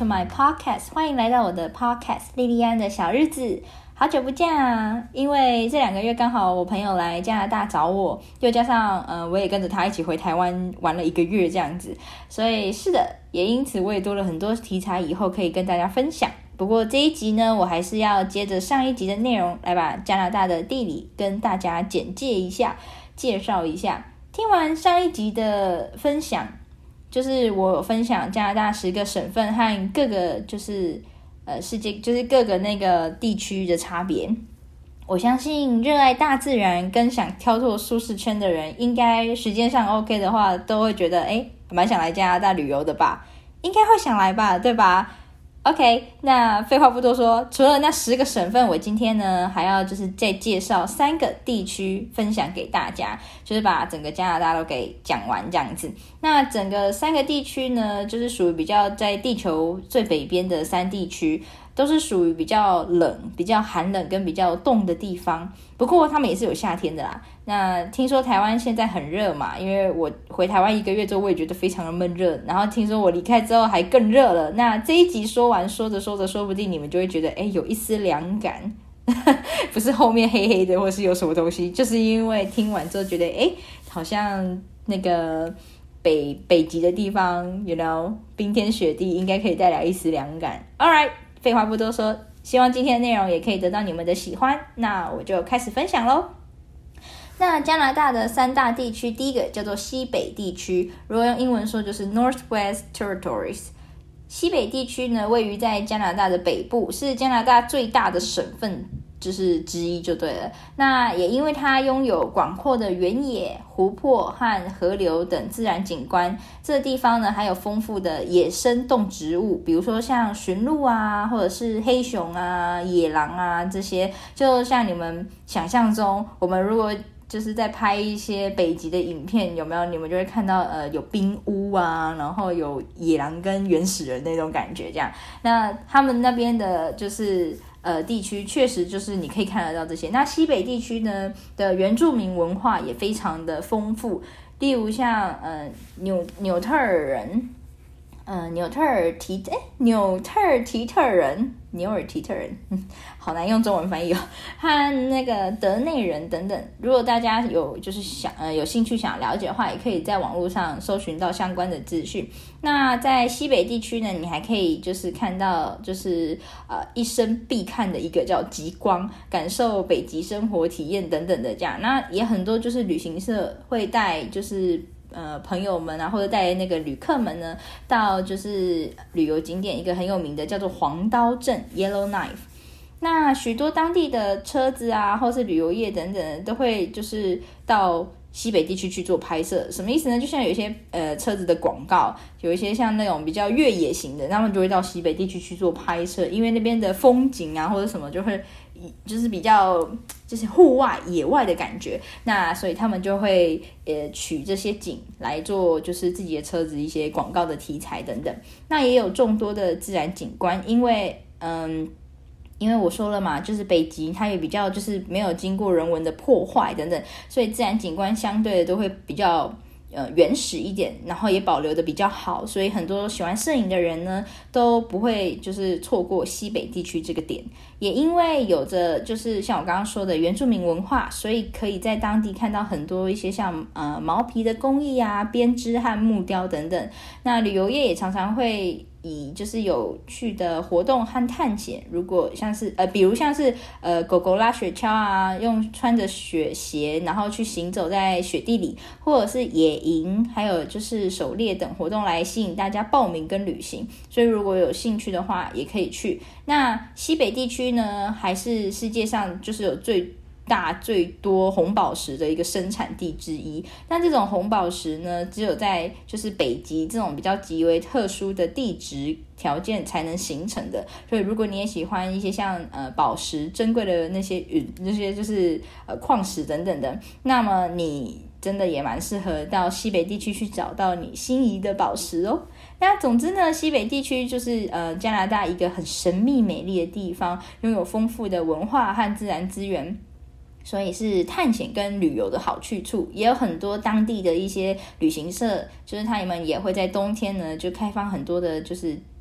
my podcast， 欢迎来到我的 podcast 莉莉安的小日子。好久不见啊，因为这2个月刚好我朋友来加拿大找我，又加上我也跟着他一起回台湾玩了1个月这样子，所以是的，也因此我也多了很多题材以后可以跟大家分享。不过这一集呢，我还是要接着上一集的内容来把加拿大的地理跟大家简介一下，介绍一下。听完上一集的分享，就是我有分享加拿大10个省份和各个就是世界就是各个那个地区的差别。我相信热爱大自然跟想跳脱舒适圈的人，应该时间上 OK 的话，都会觉得蛮想来加拿大旅游的吧，应该会想来吧，对吧？OK， 那废话不多说，除了那10个省份，我今天呢还要就是再介绍3个地区分享给大家，就是把整个加拿大都给讲完这样子。那整个3个地区呢，就是属于比较在地球最北边的3地区，都是属于比较冷、比较寒冷跟比较冻的地方。不过他们也是有夏天的啦。那听说台湾现在很热嘛，因为我回台湾1个月之后，我也觉得非常的闷热。然后听说我离开之后还更热了。那这一集说完，说着说着，说不定你们就会觉得，有一丝凉感，不是后面黑黑的，或是有什么东西，就是因为听完之后觉得，好像那个北极的地方 ，you know， 冰天雪地，应该可以带来一丝凉感。All right， 废话不多说。希望今天的内容也可以得到你们的喜欢，那我就开始分享咯。那加拿大的3大地区，第一个叫做西北地区，如果用英文说就是 Northwest Territories。西北地区呢，位于在加拿大的北部，是加拿大最大的省份就是之一就对了。那也因为它拥有广阔的原野、湖泊和河流等自然景观，这个地方呢还有丰富的野生动植物，比如说像驯鹿啊，或者是黑熊啊、野狼啊这些。就像你们想象中，我们如果就是在拍一些北极的影片，有没有？你们就会看到有冰屋啊，然后有野狼跟原始人那种感觉这样。那他们那边的就是地区确实就是你可以看得到这些。那西北地区呢的原住民文化也非常的丰富，例如像纽特尔人，纽尔提特人，好难用中文翻译哦，和那个德内人等等。如果大家有就是有兴趣想了解的话，也可以在网络上搜寻到相关的资讯。那在西北地区呢，你还可以就是看到就是一生必看的一个叫极光，感受北极生活体验等等的这样。那也很多就是旅行社会带就是朋友们啊，或者带那个旅客们呢，到就是旅游景点一个很有名的叫做黄刀镇 Yellowknife。那许多当地的车子啊，或是旅游业等等，都会就是到西北地区去做拍摄。什么意思呢？就像有一些车子的广告，有一些像那种比较越野型的，他们就会到西北地区去做拍摄，因为那边的风景啊或者什么就会就是比较就是户外野外的感觉。那所以他们就会取这些景来做就是自己的车子一些广告的题材等等。那也有众多的自然景观，因为我说了嘛，就是北极它也比较就是没有经过人文的破坏等等，所以自然景观相对的都会比较原始一点，然后也保留的比较好，所以很多喜欢摄影的人呢都不会就是错过西北地区这个点。也因为有着就是像我刚刚说的原住民文化，所以可以在当地看到很多一些像毛皮的工艺啊、编织和木雕等等。那旅游业也常常会以就是有趣的活动和探险，如果像是比如像是狗狗拉雪橇啊，用穿着雪鞋然后去行走在雪地里，或者是野营，还有就是狩猎等活动来吸引大家报名跟旅行。所以如果有兴趣的话也可以去。那西北地区呢，还是世界上就是有最多红宝石的一个生产地之一。那这种红宝石呢，只有在就是北极这种比较极为特殊的地质条件才能形成的。所以如果你也喜欢一些像宝石珍贵的那些就是矿石等等的，那么你真的也蛮适合到西北地区去找到你心仪的宝石哦。那总之呢，西北地区就是加拿大一个很神秘美丽的地方，拥有丰富的文化和自然资源，所以是探险跟旅游的好去处。也有很多当地的一些旅行社，就是他们也会在冬天呢就开放很多的就是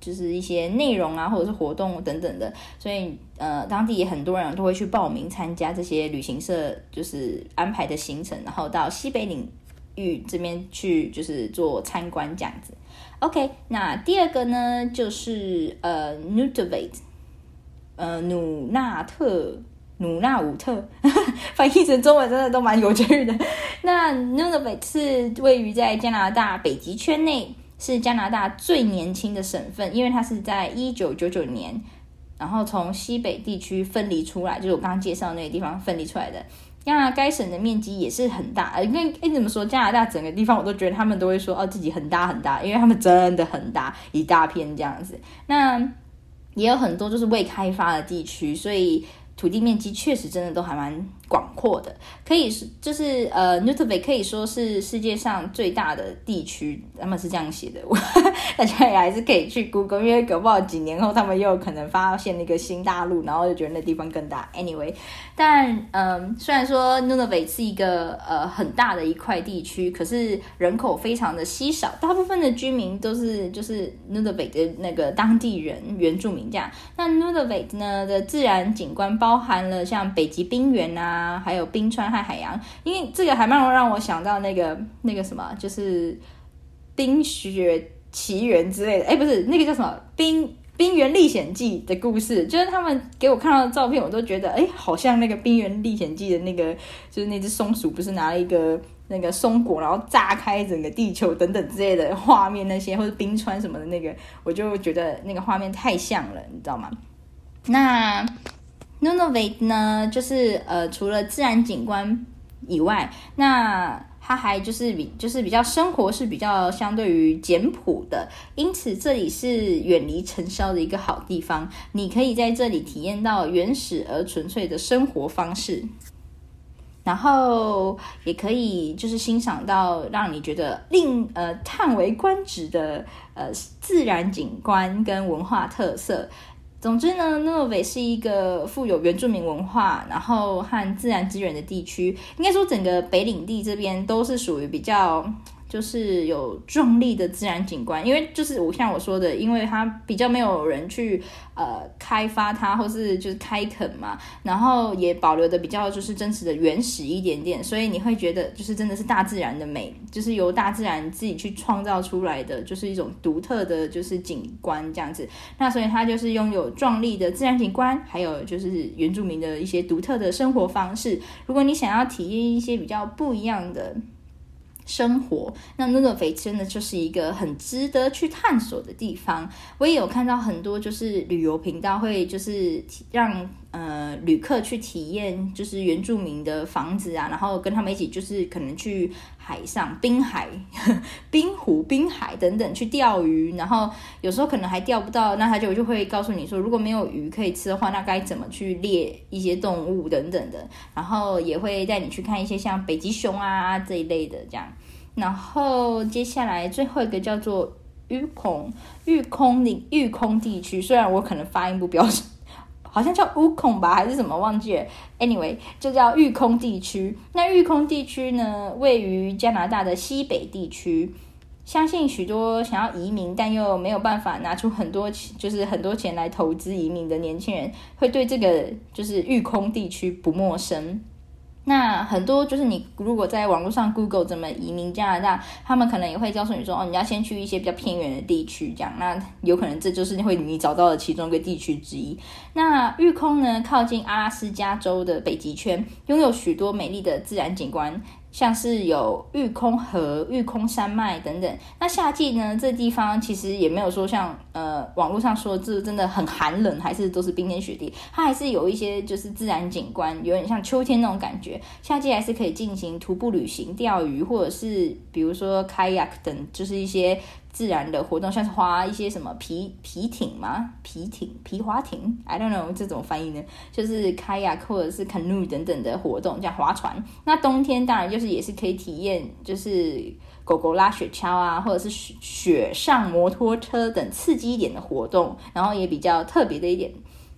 就是一些内容啊，或者是活动等等的，所以当地也很多人都会去报名参加这些旅行社就是安排的行程，然后到西北领域这边去就是做参观这样子。OK， 那第二个呢就是Nunavut，努纳武特翻译成中文真的都蛮有趣的。那 Nunavut 是位于在加拿大北极圈内，是加拿大最年轻的省份，因为它是在1999年然后从西北地区分离出来，就是我刚刚介绍那个地方分离出来的。那该省的面积也是很大，因为怎么说，加拿大整个地方我都觉得他们都会说自己很大很大，因为他们真的很大，一大片这样子。那也有很多就是未开发的地区，所以土地面积确实真的都还蛮广阔的，可以就是Nunavut 可以说是世界上最大的地区，他们是这样写的，大家也还是可以去 Google， 因为搞不好几年后他们又有可能发现那个新大陆，然后就觉得那地方更大。Anyway， 但虽然说 Nunavut 是一个很大的一块地区，可是人口非常的稀少，大部分的居民都是就是 Nunavut 的那个当地人原住民这样。那 Nunavut 呢的自然景观包含了像北极冰原啊，还有冰川和海洋，因为这个还蛮让我想到那个什么，就是冰雪奇缘之类的，不是那个叫什么冰原历险记的故事，就是他们给我看到的照片，我都觉得好像那个冰原历险记的那个，就是那只松鼠不是拿了一个那个松果，然后炸开整个地球等等之类的画面，那些或者冰川什么的那个，我就觉得那个画面太像了，你知道吗？那Nunavut 呢，就是除了自然景观以外，那它还就是比较生活是比较相对于简朴的，因此这里是远离尘嚣的一个好地方。你可以在这里体验到原始而纯粹的生活方式，然后也可以就是欣赏到让你觉得叹为观止的自然景观跟文化特色。总之呢 Nunavut 是一个富有原住民文化然后和自然资源的地区，应该说整个北领地这边都是属于比较就是有壮丽的自然景观，因为就是像我说的，因为它比较没有人去开发它或是就是开垦嘛，然后也保留的比较就是真实的原始一点点，所以你会觉得就是真的是大自然的美，就是由大自然自己去创造出来的，就是一种独特的就是景观这样子。那所以它就是拥有壮丽的自然景观，还有就是原住民的一些独特的生活方式。如果你想要体验一些比较不一样的生活，那Nunavut真的就是一个很值得去探索的地方。我也有看到很多就是旅游频道会就是让旅客去体验就是原住民的房子啊，然后跟他们一起就是可能去海上滨海滨湖滨海等等去钓鱼，然后有时候可能还钓不到，那他就会告诉你说如果没有鱼可以吃的话，那该怎么去猎一些动物等等的，然后也会带你去看一些像北极熊啊这一类的这样。然后接下来最后一个叫做育空地区，虽然我可能发音不标准，好像叫乌孔吧还是什么忘记了， anyway 就叫育空地区。那育空地区呢位于加拿大的西北地区，相信许多想要移民但又没有办法拿出很多钱来投资移民的年轻人会对这个就是育空地区不陌生。那很多就是你如果在网络上 Google 怎么移民加拿大，他们可能也会告诉你说你要先去一些比较偏远的地区这样，那有可能这就是会你找到的其中一个地区之一。那育空呢靠近阿拉斯加州的北极圈，拥有许多美丽的自然景观，像是有育空河、育空山脉等等。那夏季呢这地方其实也没有说像网络上说这真的很寒冷还是都是冰天雪地，它还是有一些就是自然景观，有点像秋天那种感觉。夏季还是可以进行徒步旅行、钓鱼，或者是比如说 kayak 等，就是一些自然的活动，像是划一些什么皮划艇 I don't know 这种翻译呢，就是 kayak 或者是 canoe 等等的活动，像划船。那冬天当然就是也是可以体验就是狗狗拉雪橇啊，或者是雪上摩托车等刺激一点的活动，然后也比较特别的一点。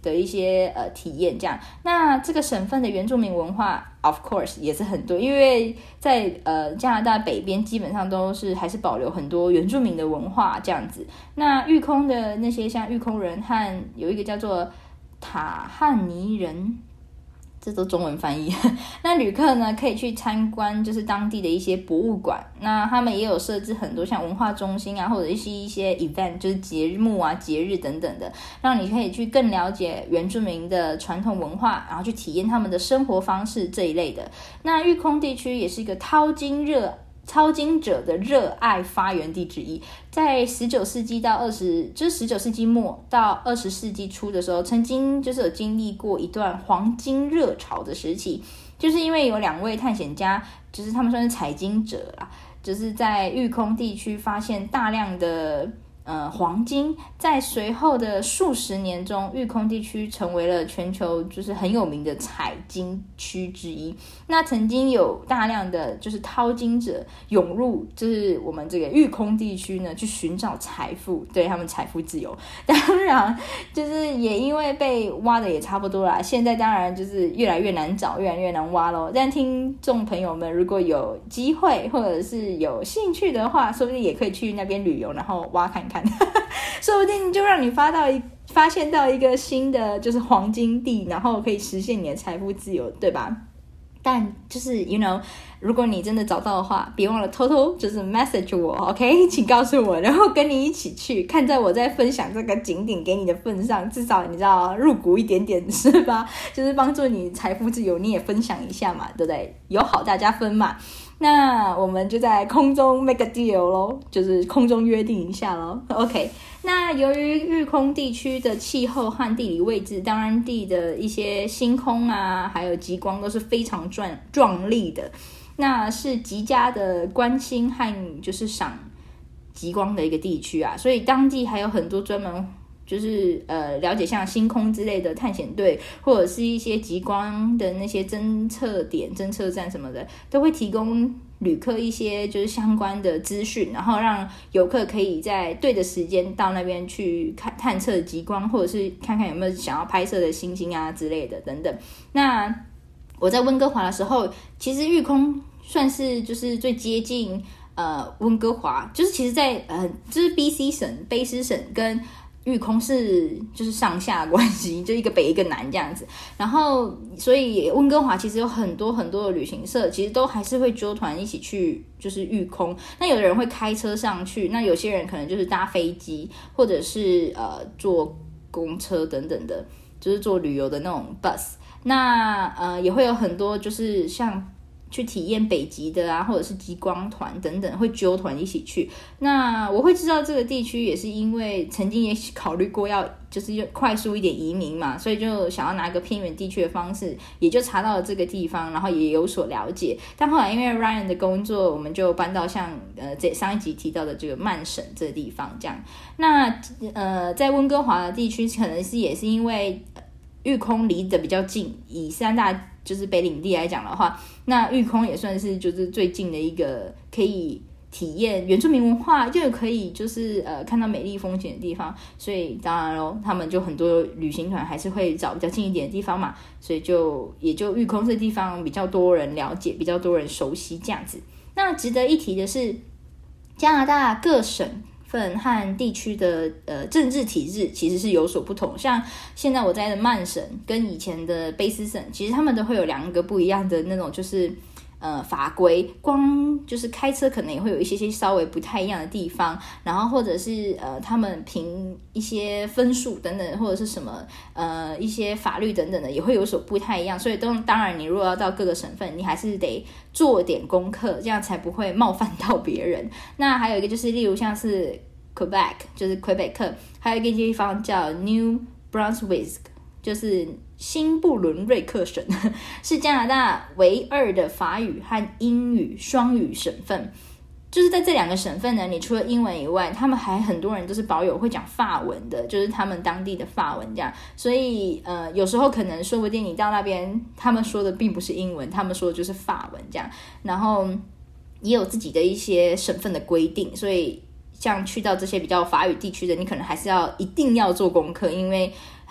的一些体验这样。那这个省份的原住民文化 of course 也是很多，因为在加拿大北边基本上都是还是保留很多原住民的文化这样子。那育空的那些像育空人和有一个叫做塔汉尼人，这都中文翻译那旅客呢可以去参观就是当地的一些博物馆，那他们也有设置很多像文化中心啊，或者是一些 event 就是节目啊节日等等的，让你可以去更了解原住民的传统文化，然后去体验他们的生活方式这一类的。那育空地区也是一个淘金者的热爱发源地之一，在19世纪到就是19世纪末到20世纪初的时候，曾经就是有经历过一段黄金热潮的时期，就是因为有2位探险家，就是他们算是采金者啦，就是在育空地区发现大量的黄金，在随后的数十年中，育空地区成为了全球就是很有名的采金区之一。那曾经有大量的就是淘金者涌入就是我们这个育空地区呢，去寻找财富，对他们财富自由。当然就是也因为被挖的也差不多啦，现在当然就是越来越难找，越来越难挖咯。但听众朋友们如果有机会或者是有兴趣的话，说不定也可以去那边旅游，然后挖看看说不定就让你发现到一个新的就是黄金地，然后可以实现你的财富自由，对吧？但就是 you know 如果你真的找到的话，别忘了偷偷就是 message 我 OK， 请告诉我，然后跟你一起去，看在我在分享这个景点给你的份上，至少你知道入股一点点是吧，就是帮助你财富自由，你也分享一下嘛，对不对？有好大家分嘛。那我们就在空中 make a deal 咯，就是空中约定一下咯 OK。 那由于育空地区的气候和地理位置，当然地的一些星空啊还有极光都是非常壮丽的，那是极佳的观星和就是赏极光的一个地区啊，所以当地还有很多专门就是了解像星空之类的探险队，或者是一些极光的那些侦测点、侦测站什么的，都会提供旅客一些就是相关的资讯，然后让游客可以在对的时间到那边去探测极光，或者是看看有没有想要拍摄的星星啊之类的等等。那我在温哥华的时候，其实育空算是就是最接近温哥华，就是其实在就是 BC 省卑诗省跟育空是就是上下关系，就一个北一个南这样子。然后所以温哥华其实有很多很多的旅行社，其实都还是会揪团一起去就是育空。那有的人会开车上去，那有些人可能就是搭飞机，或者是坐公车等等的，就是坐旅游的那种 bus。那也会有很多就是像去体验北极的啊，或者是极光团等等，会揪团一起去。那我会知道这个地区也是因为曾经也考虑过要就是快速一点移民嘛，所以就想要拿一个偏远地区的方式，也就查到了这个地方，然后也有所了解。但后来因为 Ryan 的工作，我们就搬到像上一集提到的这个曼省这个地方这样。那在温哥华的地区，可能是也是因为育空离得比较近，以3大就是北领地来讲的话，那育空也算是就是最近的一个可以体验原住民文化，又可以就是看到美丽风景的地方。所以当然咯，他们就很多旅行团还是会找比较近一点的地方嘛，所以也就育空这地方比较多人了解，比较多人熟悉这样子。那值得一提的是，加拿大各省和地区的政治体制其实是有所不同，像现在我在的曼省跟以前的卑诗省，其实他们都会有2个不一样的那种就是法规，光就是开车可能也会有一些稍微不太一样的地方，然后或者是他们凭一些分数等等，或者是什么一些法律等等的也会有所不太一样，所以当然你如果要到各个省份，你还是得做点功课，这样才不会冒犯到别人。那还有一个就是例如像是 Quebec 就是魁北克，还有一个地方叫 New Brunswick， 就是新布伦瑞克省，是加拿大唯2的法语和英语双语省份。就是在这2个省份呢，你除了英文以外，他们还很多人都是保有会讲法文的，就是他们当地的法文这样。所以有时候可能说不定你到那边，他们说的并不是英文，他们说的就是法文这样。然后也有自己的一些省份的规定，所以像去到这些比较法语地区的，你可能还是一定要做功课，因为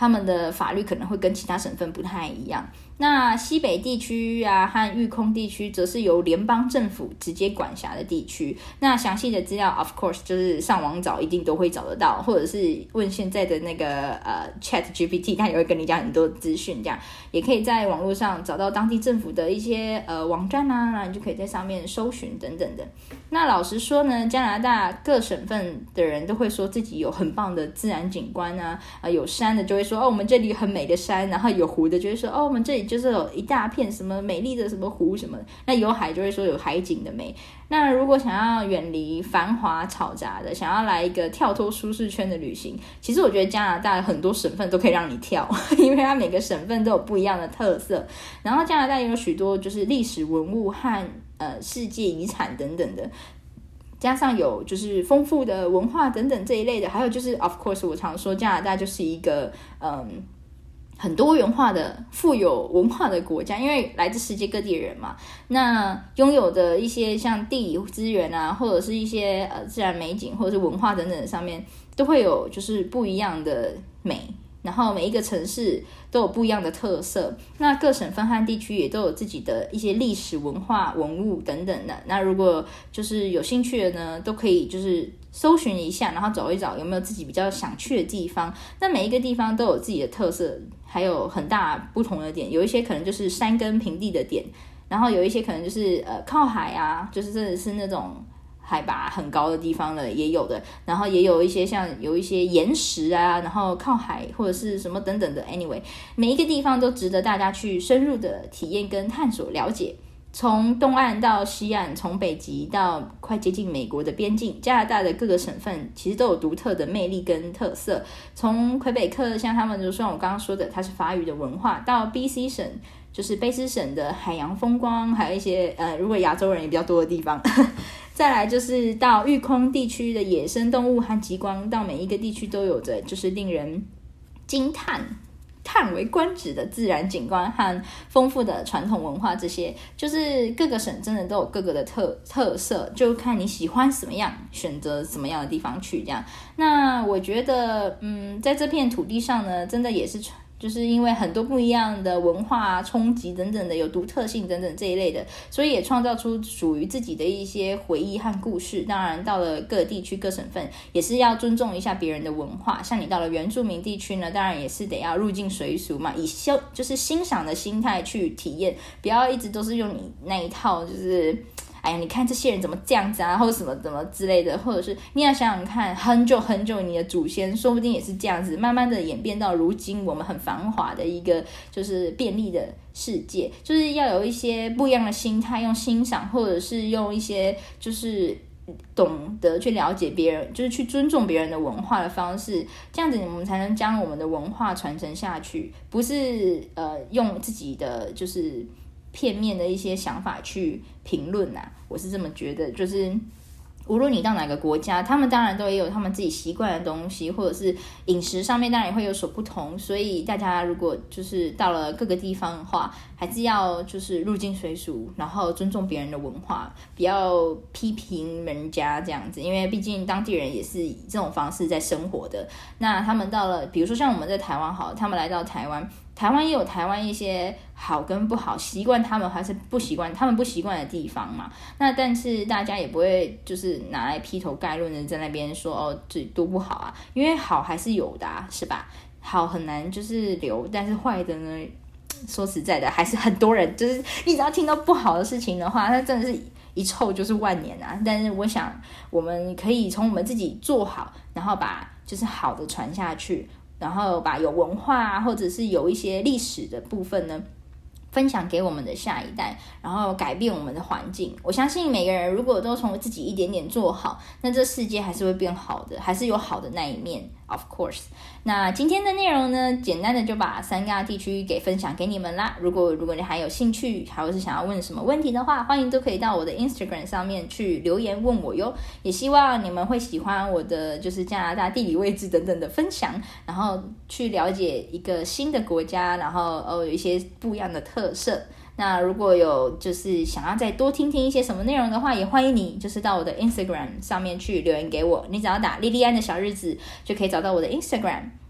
他们的法律可能会跟其他省份不太一样。那西北地区啊和育空地区则是由联邦政府直接管辖的地区。那详细的资料 of course 就是上网找一定都会找得到，或者是问现在的那个Chat GPT， 它也会跟你讲很多资讯，这样也可以在网络上找到当地政府的一些网站啊，然后你就可以在上面搜寻等等的。那老实说呢，加拿大各省份的人都会说自己有很棒的自然景观啊，有山的就会说我们这里很美的山，然后有湖的就会说我们这里就是有一大片什么美丽的什么湖什么的，那有海就会说有海景的美。那如果想要远离繁华嘈杂的，想要来一个跳脱舒适圈的旅行，其实我觉得加拿大很多省份都可以让你跳，因为它每个省份都有不一样的特色，然后加拿大也有许多就是历史文物和世界遗产等等的，加上有就是丰富的文化等等这一类的，还有就是 of course 我常说加拿大就是一个很多元化的富有文化的国家，因为来自世界各地的人嘛，那拥有的一些像地理资源啊，或者是一些自然美景或者是文化等等的上面都会有就是不一样的美，然后每一个城市都有不一样的特色，那各省份和地区也都有自己的一些历史文化文物等等的。那如果就是有兴趣的呢，都可以就是搜寻一下，然后找一找有没有自己比较想去的地方。那每一个地方都有自己的特色，还有很大不同的点，有一些可能就是山根平地的点，然后有一些可能就是靠海啊，就是真的是那种海拔很高的地方的也有的，然后也有一些像有一些岩石啊，然后靠海或者是什么等等的。 anyway 每一个地方都值得大家去深入的体验跟探索了解。从东岸到西岸，从北极到快接近美国的边境，加拿大的各个省份其实都有独特的魅力跟特色。从魁北克，像他们就像我刚刚说的，它是法语的文化，到 BC 省就是卑诗省的海洋风光，还有一些如果亚洲人也比较多的地方再来就是到育空地区的野生动物和极光，到每一个地区都有着就是令人惊叹为观止的自然景观和丰富的传统文化，这些就是各个省真的都有各个的特色，就看你喜欢什么样，选择什么样的地方去这样。那我觉得在这片土地上呢，真的也是就是因为很多不一样的文化冲击等等的，有独特性等等这一类的，所以也创造出属于自己的一些回忆和故事。当然到了各地区各省份也是要尊重一下别人的文化，像你到了原住民地区呢，当然也是得要入境随俗嘛，以就是欣赏的心态去体验，不要一直都是用你那一套就是哎呀，你看这些人怎么这样子啊，或者什么怎么之类的，或者是你要想想看，很久很久你的祖先说不定也是这样子，慢慢的演变到如今我们很繁华的一个就是便利的世界，就是要有一些不一样的心态，用欣赏或者是用一些就是懂得去了解别人，就是去尊重别人的文化的方式，这样子我们才能将我们的文化传承下去，不是用自己的就是片面的一些想法去评论啊，我是这么觉得。就是无论你到哪个国家，他们当然都也有他们自己习惯的东西，或者是饮食上面当然也会有所不同，所以大家如果就是到了各个地方的话，还是要就是入境随俗，然后尊重别人的文化，不要批评人家这样子，因为毕竟当地人也是以这种方式在生活的。那他们到了比如说像我们在台湾好，他们来到台湾也有台湾一些好跟不好，习惯他们还是不习惯他们不习惯的地方嘛。那但是大家也不会就是拿来劈头盖论的在那边说这多不好啊，因为好还是有的啊，是吧？好很难就是留，但是坏的呢，说实在的还是很多人，就是你只要听到不好的事情的话，那真的是一臭就是万年啊。但是我想我们可以从我们自己做好，然后把就是好的传下去，然后把有文化或者是有一些历史的部分呢分享给我们的下一代，然后改变我们的环境。我相信每个人如果都从自己一点点做好，那这世界还是会变好的，还是有好的那一面 of course。 那今天的内容呢，简单的就把三个地区给分享给你们啦。如果你还有兴趣，还是想要问什么问题的话，欢迎都可以到我的 Instagram 上面去留言问我哟。也希望你们会喜欢我的就是加拿大地理位置等等的分享，然后去了解一个新的国家，然后有一些不一样的特色。那如果有就是想要再多听听一些什么内容的话，也欢迎你就是到我的 Instagram 上面去留言给我，你只要打莉莉安的小日子就可以找到我的 Instagram。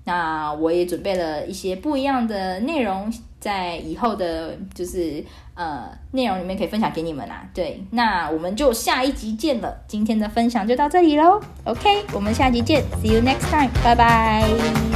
那我也准备了一些不一样的内容，在以后的就是内容里面可以分享给你们啦。对，那我们就下一集见了，今天的分享就到这里咯。OK， 我们下集见， See you next time， 拜拜。